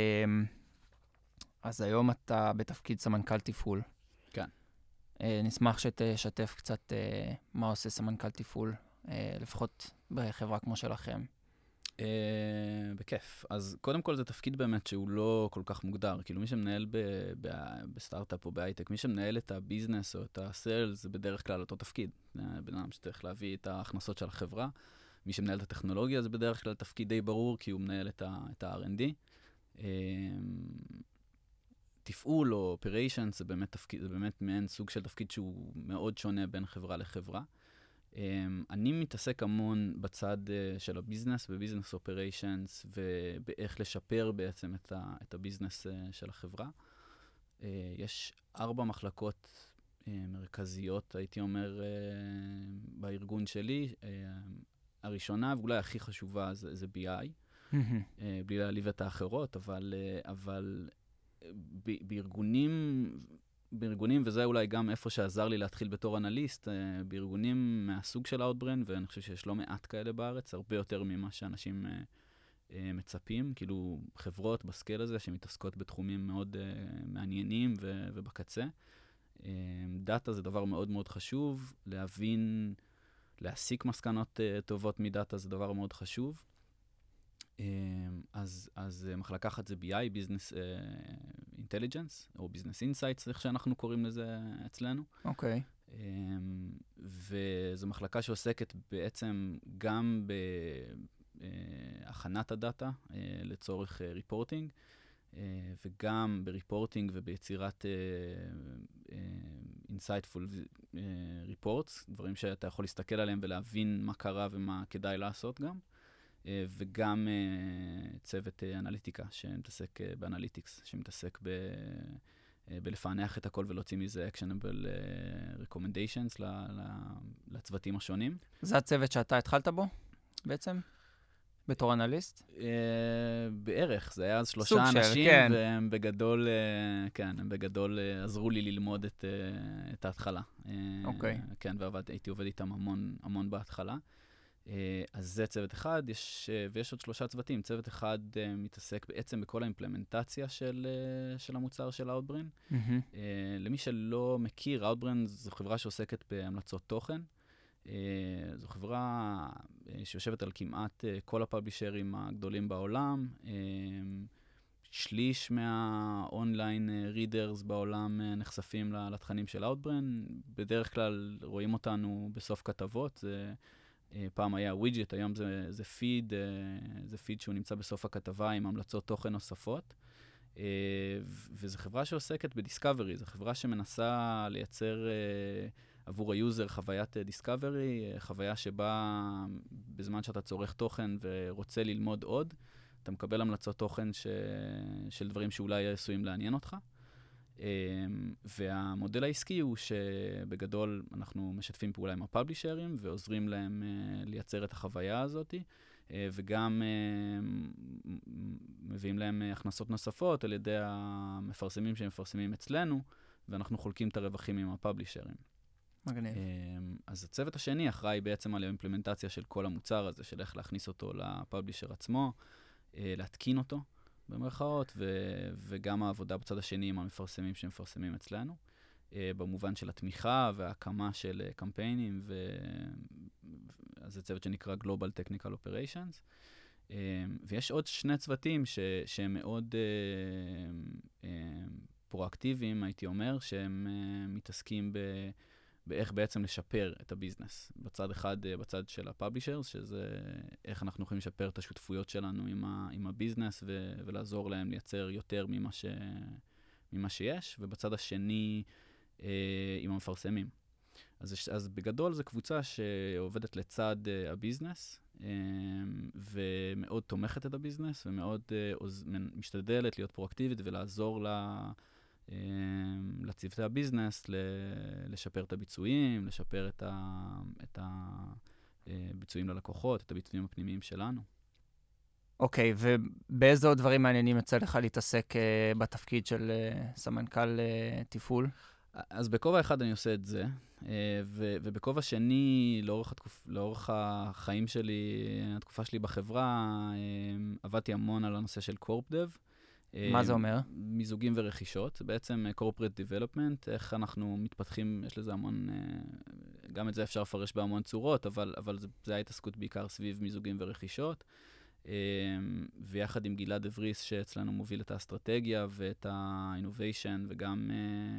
Speaker 2: אז היום אתה בתפקיד סמנכ"ל תפעול.
Speaker 3: כן.
Speaker 2: אה, נשמח שתשתף קצת אה, מה עושה סמנכ"ל תפעול, אה, לפחות בחברה כמו שלכם.
Speaker 3: אה, בכיף. אז קודם כל זה תפקיד באמת שהוא לא כל כך מוגדר. כאילו מי שמנהל ב- ב- בסטארט-אפ או בהייטק, מי שמנהל את הביזנס או את הסיילס, זה בדרך כלל אותו תפקיד. בן אדם שצריך להביא את ההכנסות של החברה. מי שמנהל את הטכנולוגיה זה בדרך כלל תפקיד די ברור, כי הוא מנהל את ה-אר אנד די. אה, תפעול או operations זה באמת תפקיד, זה באמת מעין סוג של תפקיד שהוא מאוד שונה בין חברה לחברה. Um, אני מתעסק המון בצד uh, של הביזנס, בביזנס operations, ובאיך לשפר בעצם את, ה, את הביזנס uh, של החברה. Uh, יש ארבע מחלקות uh, מרכזיות, הייתי אומר, uh, בארגון שלי. Uh, הראשונה, ואולי הכי חשובה, זה, זה בי איי. uh, בלי להעליב את האחרות, אבל... Uh, אבל בארגונים, בארגונים, וזה אולי גם איפה שעזר לי להתחיל בתור אנליסט, בארגונים מהסוג של Outbrain, ואני חושב שיש לא מעט כאלה בארץ, הרבה יותר ממה שאנשים מצפים, כאילו חברות בסקייל הזה שמתעסקות בתחומים מאוד מעניינים ובקצה. דאטה זה דבר מאוד מאוד חשוב, להבין, להסיק מסקנות טובות מדאטה זה דבר מאוד חשוב. אז, אז מחלקה אחת זה בי איי, Business uh, Intelligence, או Business Insights, איך שאנחנו קוראים לזה אצלנו.
Speaker 2: אוקיי. Okay.
Speaker 3: Um, וזו מחלקה שעוסקת בעצם גם בהכנת הדאטה uh, לצורך ריפורטינג, uh, uh, וגם בריפורטינג וביצירת uh, uh, insightful uh, reports, דברים שאתה יכול להסתכל עליהם ולהבין מה קרה ומה כדאי לעשות גם. וגם uh, צוות uh, אנליטיקה שמתעסק uh, באנליטיקס, שמתעסק ב, uh, בלפענח את הכל ולהוציא מזה actionable uh, recommendations ל, ל, לצוותים השונים.
Speaker 2: זה הצוות שאתה התחלת בו בעצם? בתור אנליסט?
Speaker 3: בערך, זה היה אז שלושה
Speaker 2: סוג של,
Speaker 3: אנשים,
Speaker 2: כן.
Speaker 3: והם בגדול, כן, הם בגדול עזרו לי ללמוד את, את ההתחלה.
Speaker 2: אוקיי.
Speaker 3: כן, והייתי עובד איתם המון, המון בהתחלה. אז זה צוות אחד, יש, ויש עוד שלושה צוותים. צוות אחד מתעסק בעצם בכל האימפלמנטציה של, של המוצר של Outbrain.
Speaker 2: Mm-hmm.
Speaker 3: למי שלא מכיר, Outbrain זו חברה שעוסקת בהמלצות תוכן. זו חברה שיושבת על כמעט כל הפאבלישרים הגדולים בעולם. שליש מהאונליין רידרס בעולם נחשפים לתכנים של Outbrain. בדרך כלל רואים אותנו בסוף כתבות. זה, פעם היה ווידג'ט, היום זה, זה פיד, זה פיד שהוא נמצא בסוף הכתבה עם המלצות תוכן נוספות. וזו חברה שעוסקת בדיסקאברי, זו חברה שמנסה לייצר עבור היוזר חוויית דיסקאברי, חוויה שבה בזמן שאתה צורך תוכן ורוצה ללמוד עוד, אתה מקבל המלצות תוכן ש... של דברים שאולי עשויים לעניין אותך. והמודל העסקי הוא שבגדול אנחנו משתפים פעולה עם הפאבלישרים ועוזרים להם לייצר את החוויה הזאת, וגם מביאים להם הכנסות נוספות על ידי המפרסמים שמפרסמים אצלנו, ואנחנו חולקים את הרווחים עם הפאבלישרים.
Speaker 2: מגניב.
Speaker 3: אז הצוות השני אחראי בעצם על האימפלמנטציה של כל המוצר הזה, של איך להכניס אותו לפאבלישר עצמו, להתקין אותו במרכאות, ו- וגם העבודה בצד השני עם המפרסמים שמפרסמים אצלנו, במובן של התמיכה וההקמה של קמפיינים, ו- אז זה צוות שנקרא Global Technical Operations. ויש עוד שני צוותים ש- שהם מאוד פרואקטיביים, הייתי אומר, שהם מתעסקים ב... באיך בעצם לשפר את הביזנס. בצד אחד, בצד של הפאבלישרס, שזה איך אנחנו יכולים לשפר את השותפויות שלנו עם, ה, עם הביזנס ו, ולעזור להם לייצר יותר ממה, ש, ממה שיש, ובצד השני אה, עם המפרסמים. אז, אז בגדול זו קבוצה שעובדת לצד אה, הביזנס, אה, ומאוד תומכת את הביזנס, ומאוד אה, עוז, משתדלת להיות פרואקטיבית ולעזור לה, לצוותי הביזנס, לשפר את הביצועים, לשפר את, ה, את הביצועים ללקוחות, את הביצועים הפנימיים שלנו.
Speaker 2: אוקיי, okay, ובאיזה עוד דברים מעניינים יצא לך להתעסק uh, בתפקיד של uh, סמנכ"ל uh, תפעול?
Speaker 3: אז בכובע אחד אני עושה את זה, ו- ובכובע שני, לאורך, התקופ... לאורך החיים שלי, התקופה שלי בחברה, עבדתי המון על הנושא של קורפ דב.
Speaker 2: מה זה אומר?
Speaker 3: מיזוגים ורכישות, זה בעצם corporate development, איך אנחנו מתפתחים, יש לזה המון, גם את זה אפשר לפרש בהמון צורות, אבל, אבל זה, זה ההתעסקות בעיקר סביב מיזוגים ורכישות, ויחד עם גלעד אבריס שאצלנו מוביל את האסטרטגיה ואת ה-innovation וגם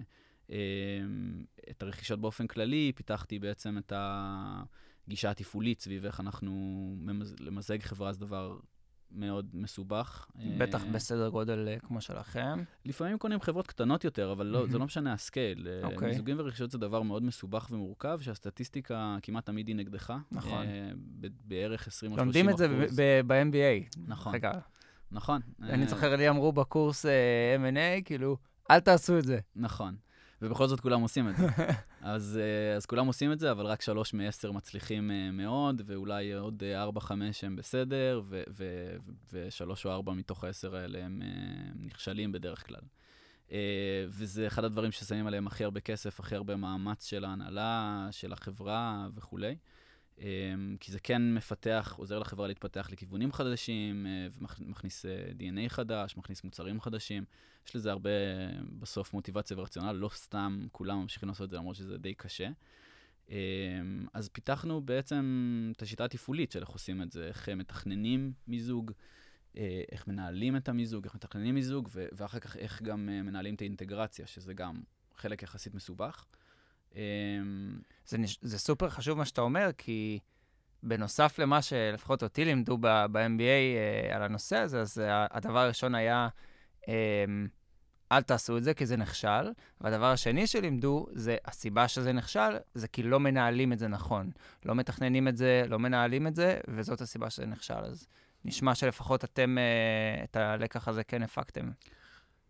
Speaker 3: את הרכישות באופן כללי, פיתחתי בעצם את הגישה התפעולית סביב איך אנחנו למזג חברה, זה דבר מאוד מסובך.
Speaker 2: בטח בסדר גודל כמו שלכם.
Speaker 3: לפעמים קונים חברות קטנות יותר, אבל לא, זה לא משנה הסקייל.
Speaker 2: Okay.
Speaker 3: מיזוגים ורכישות זה דבר מאוד מסובך ומורכב, שהסטטיסטיקה כמעט תמיד היא נגדך.
Speaker 2: נכון.
Speaker 3: בערך עשרים או שלושים אחוז.
Speaker 2: לומדים את זה ב-אם בי איי.
Speaker 3: נכון.
Speaker 2: רגע.
Speaker 3: נכון.
Speaker 2: אני זוכר לי אמרו בקורס אם אנד איי, כאילו, אל תעשו את זה.
Speaker 3: נכון. ובכל זאת כולם עושים את זה. אז, אז כולם עושים את זה, אבל רק שלוש מעשר מצליחים מאוד, ואולי עוד ארבע, חמש הם בסדר, ו, ו, ושלוש או ארבע מתוך העשר האלה הם נכשלים בדרך כלל. וזה אחד הדברים ששמים עליהם הכי הרבה כסף, הכי הרבה מאמץ של ההנהלה, של החברה וכו'. כי זה כן מפתח, עוזר לחברה להתפתח לכיוונים חדשים, ומכניס די אן איי חדש, מכניס מוצרים חדשים. יש לזה הרבה בסוף מוטיבציה ורציונל, לא סתם כולם ממשיכים לעשות את זה, למרות שזה די קשה. אז פיתחנו בעצם את השיטה התפעולית של איך עושים את זה, איך מתכננים מיזוג, איך מנהלים את המיזוג, איך מתכננים מיזוג, ואחר כך איך גם מנהלים את האינטגרציה, שזה גם חלק יחסית מסובך.
Speaker 2: זה, זה סופר חשוב מה שאתה אומר, כי בנוסף למה שלפחות אותי לימדו ב-אם בי איי על הנושא הזה, אז הדבר הראשון היה, אל תעשו את זה כי זה נכשל, והדבר השני שלימדו זה הסיבה שזה נכשל, זה כי לא מנהלים את זה נכון. לא מתכננים את זה, לא מנהלים את זה, וזאת הסיבה שזה נכשל. אז נשמע שלפחות אתם את הלקח הזה כן הפקתם.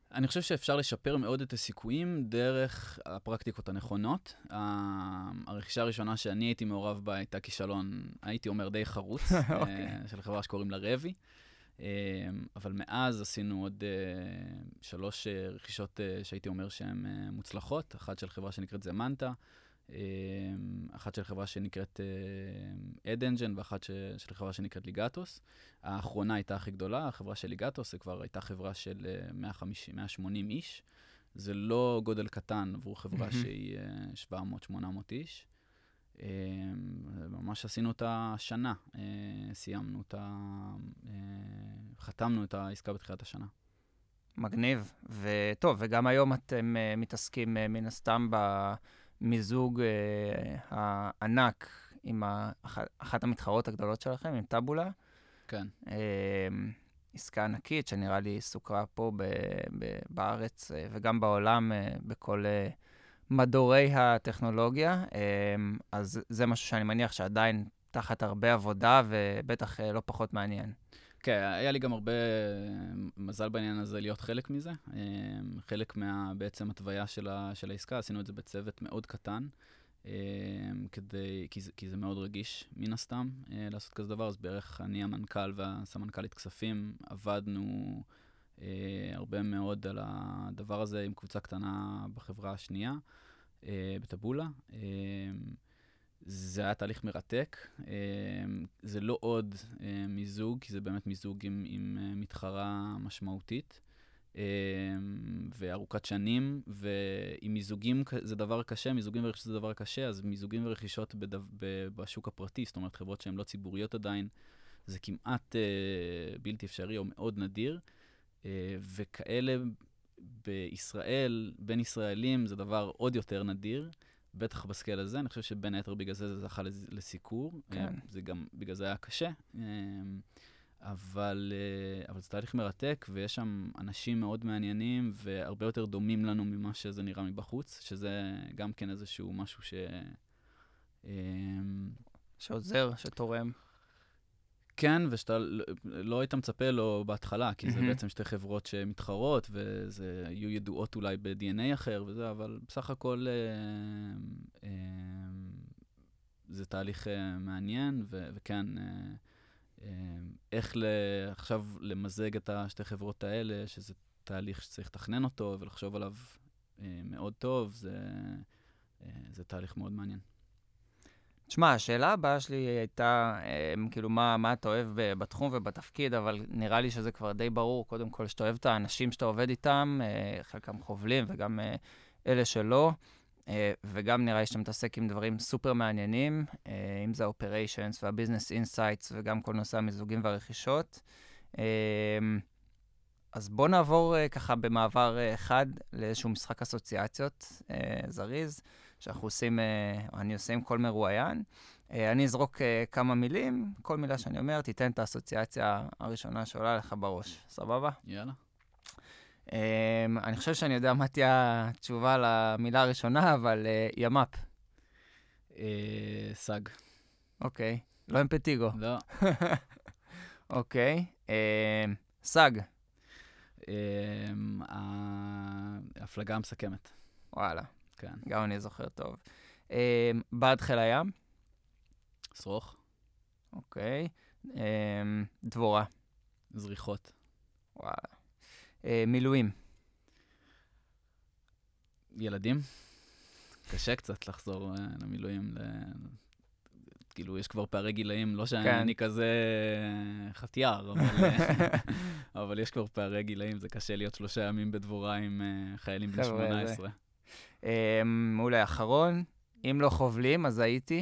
Speaker 3: אני חושב שאפשר לשפר מאוד את הסיכויים דרך הפרקטיקות הנכונות. הרכישה הראשונה שאני הייתי מעורב בה הייתה כישלון, הייתי אומר די חרוץ, של חברה שקוראים לה רבי. אבל מאז עשינו עוד שלוש רכישות שהייתי אומר שהן מוצלחות, אחת של חברה שנקראת זמנטה, אחת של חברה שנקראת אד-אנג'ן ואחת של חברה שנקראת ליגטוס. האחרונה הייתה הכי גדולה, החברה של ליגטוס, זה כבר הייתה חברה של מאה וחמישים מאה ושמונים איש. זה לא גודל קטן עבור חברה שהיא שבע מאות שמונה מאות איש. ממש עשינו אותה שנה, סיימנו אותה, חתמנו את העסקה בתחילת השנה.
Speaker 2: מגניב, וטוב, וגם היום אתם מתעסקים מן הסתם במיזוג הענק עם אחת המתחרות הגדולות שלכם, עם טאבולה. כן. עסקה ענקית שנראה לי סוכרה פה בארץ וגם בעולם בכל מדורי הטכנולוגיה, אז זה משהו שאני מניח שעדיין תחת הרבה עבודה ובטח לא פחות מעניין.
Speaker 3: כן, היה לי גם הרבה מזל בעניין הזה להיות חלק מזה. חלק מה בעצם התוויה של, ה, של העסקה, עשינו את זה בצוות מאוד קטן, כדי, כי, זה, כי זה מאוד רגיש מן הסתם לעשות כזה דבר, אז בערך אני המנכ"ל והסמנכ"לית כספים עבדנו הרבה מאוד על הדבר הזה עם קבוצה קטנה בחברה השנייה, בטבולה. זה היה תהליך מרתק. זה לא עוד מיזוג, כי זה באמת מיזוג עם, עם מתחרה משמעותית, וארוכת שנים, ועם מיזוגים זה דבר קשה, מיזוגים ורכישות זה דבר קשה, אז מיזוגים ורכישות בדו, בשוק הפרטי, זאת אומרת חברות שהן לא ציבוריות עדיין, זה כמעט בלתי אפשרי או מאוד נדיר, וכאלה בישראל, בין ישראלים, זה דבר עוד יותר נדיר, בטח בסקייל הזה. אני חושב שבין היתר בגלל זה זה זכה לסיקור.
Speaker 2: כן.
Speaker 3: זה גם בגלל זה היה קשה. אבל, אבל זה תהליך מרתק, ויש שם אנשים מאוד מעניינים, והרבה יותר דומים לנו ממה שזה נראה מבחוץ, שזה גם כן איזשהו משהו ש...
Speaker 2: שעוזר, שתורם.
Speaker 3: כן, ושאתה לא היית מצפה לו בהתחלה, כי זה בעצם שתי חברות שמתחרות, וזה יהיו ידועות אולי ב-די אן איי אחר וזה, אבל בסך הכל זה תהליך מעניין, וכן, איך עכשיו למזג את השתי חברות האלה, שזה תהליך שצריך לתכנן אותו ולחשוב עליו מאוד טוב, זה תהליך מאוד מעניין.
Speaker 2: תשמע, השאלה הבאה שלי הייתה, כאילו, מה, מה אתה אוהב בתחום ובתפקיד, אבל נראה לי שזה כבר די ברור, קודם כל, שאתה אוהב את האנשים שאתה עובד איתם, חלקם חובלים וגם אלה שלא, וגם נראה לי שאתה מתעסק עם דברים סופר מעניינים, אם זה ה-Operations וה-Business Insights וגם כל נושא המיזוגים והרכישות. אז בוא נעבור ככה במעבר אחד לאיזשהו משחק אסוציאציות זריז, שאנחנו עושים, או אני עושה עם כל מרואיין. אני אזרוק כמה מילים, כל מילה שאני אומר, תיתן את האסוציאציה הראשונה שעולה לך בראש. סבבה?
Speaker 3: יאללה.
Speaker 2: אני חושב שאני יודע מה תהיה התשובה למילה הראשונה, אבל ימ"פ.
Speaker 3: סג.
Speaker 2: אוקיי. לא אמפטיגו.
Speaker 3: לא.
Speaker 2: אוקיי. סג.
Speaker 3: ההפלגה המסכמת.
Speaker 2: וואלה.
Speaker 3: כן.
Speaker 2: גם אני זוכר טוב. בעד חיל הים?
Speaker 3: שרוך.
Speaker 2: אוקיי. דבורה?
Speaker 3: זריחות.
Speaker 2: וואלה. מילואים?
Speaker 3: ילדים. קשה קצת לחזור למילואים. כאילו, יש כבר פערי גילאים, לא שאני כזה חטייר, אבל יש כבר פערי גילאים, זה קשה להיות שלושה ימים בדבורה עם חיילים בני שמונה עשרה.
Speaker 2: מעולה, אחרון, אם לא חובלים, אז הייתי?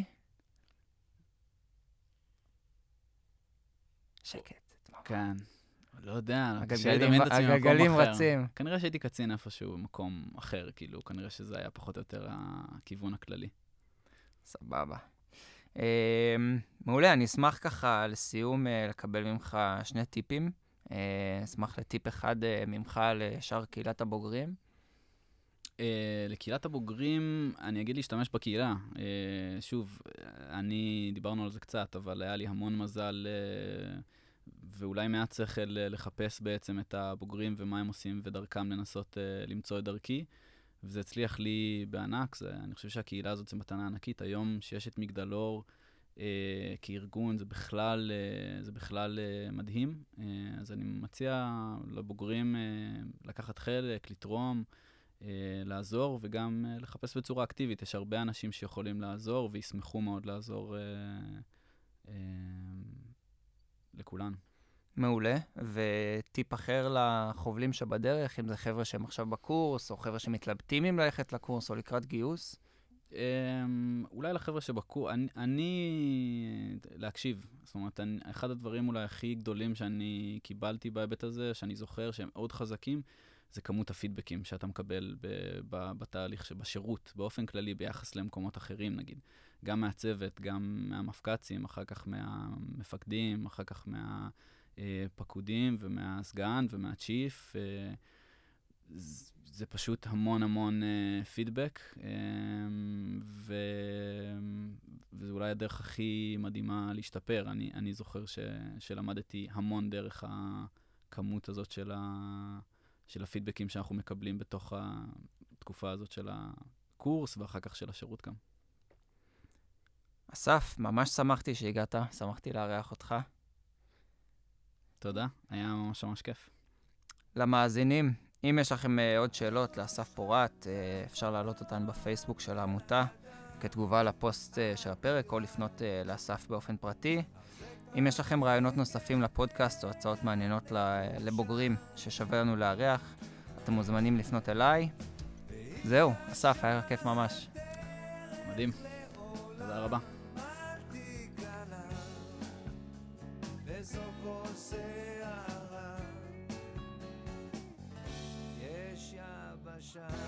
Speaker 2: שקט.
Speaker 3: כן, לא יודע.
Speaker 2: הגלגלים רצים.
Speaker 3: כנראה שהייתי קצין איפשהו במקום אחר, כאילו, כנראה שזה היה פחות או יותר הכיוון הכללי.
Speaker 2: סבבה. מעולה, אני אשמח ככה לסיום לקבל ממך שני טיפים. אשמח לטיפ אחד ממך לשאר קהילת הבוגרים.
Speaker 3: לקהילת הבוגרים, אני אגיד להשתמש בקהילה. שוב, אני, דיברנו על זה קצת, אבל היה לי המון מזל ואולי מעט צריך לחפש בעצם את הבוגרים ומה הם עושים ודרכם לנסות uh, למצוא את דרכי. וזה הצליח לי בענק, זה, אני חושב שהקהילה הזאת זה מתנה ענקית. היום שיש את מגדלור uh, כארגון, זה בכלל, uh, זה בכלל uh, מדהים. Uh, אז אני מציע לבוגרים uh, לקחת חלק, לתרום, uh, לעזור וגם uh, לחפש בצורה אקטיבית. יש הרבה אנשים שיכולים לעזור וישמחו מאוד לעזור uh, uh, לכולן.
Speaker 2: מעולה, וטיפ אחר לחובלים שבדרך, אם זה חבר'ה שהם עכשיו בקורס, או חבר'ה שמתלבטים אם ללכת לקורס או לקראת גיוס?
Speaker 3: אולי לחבר'ה שבקורס, אני, אני, להקשיב, זאת אומרת, אני, אחד הדברים אולי הכי גדולים שאני קיבלתי בהיבט הזה, שאני זוכר שהם מאוד חזקים, זה כמות הפידבקים שאתה מקבל ב, ב, בתהליך, בשירות, באופן כללי, ביחס למקומות אחרים, נגיד. גם מהצוות, גם מהמפקצים, אחר כך מהמפקדים, אחר כך מהפקודים ומהסגן ומהצ'יף. זה פשוט המון המון פידבק, וזה אולי הדרך הכי מדהימה להשתפר. אני, אני זוכר ש, שלמדתי המון דרך הכמות הזאת של ה... של הפידבקים שאנחנו מקבלים בתוך התקופה הזאת של הקורס, ואחר כך של השירות גם.
Speaker 2: אסף, ממש שמחתי שהגעת, שמחתי לארח אותך.
Speaker 3: תודה, היה ממש ממש כיף.
Speaker 2: למאזינים, אם יש לכם עוד שאלות לאסף פורט, אפשר להעלות אותן בפייסבוק של העמותה, כתגובה לפוסט של הפרק, או לפנות לאסף באופן פרטי. אם יש לכם רעיונות נוספים לפודקאסט או הצעות מעניינות לבוגרים ששווה לנו לארח, אתם מוזמנים לפנות אליי. זהו, אסף, היה כיף ממש.
Speaker 3: מדהים. תודה רבה. יש יבשה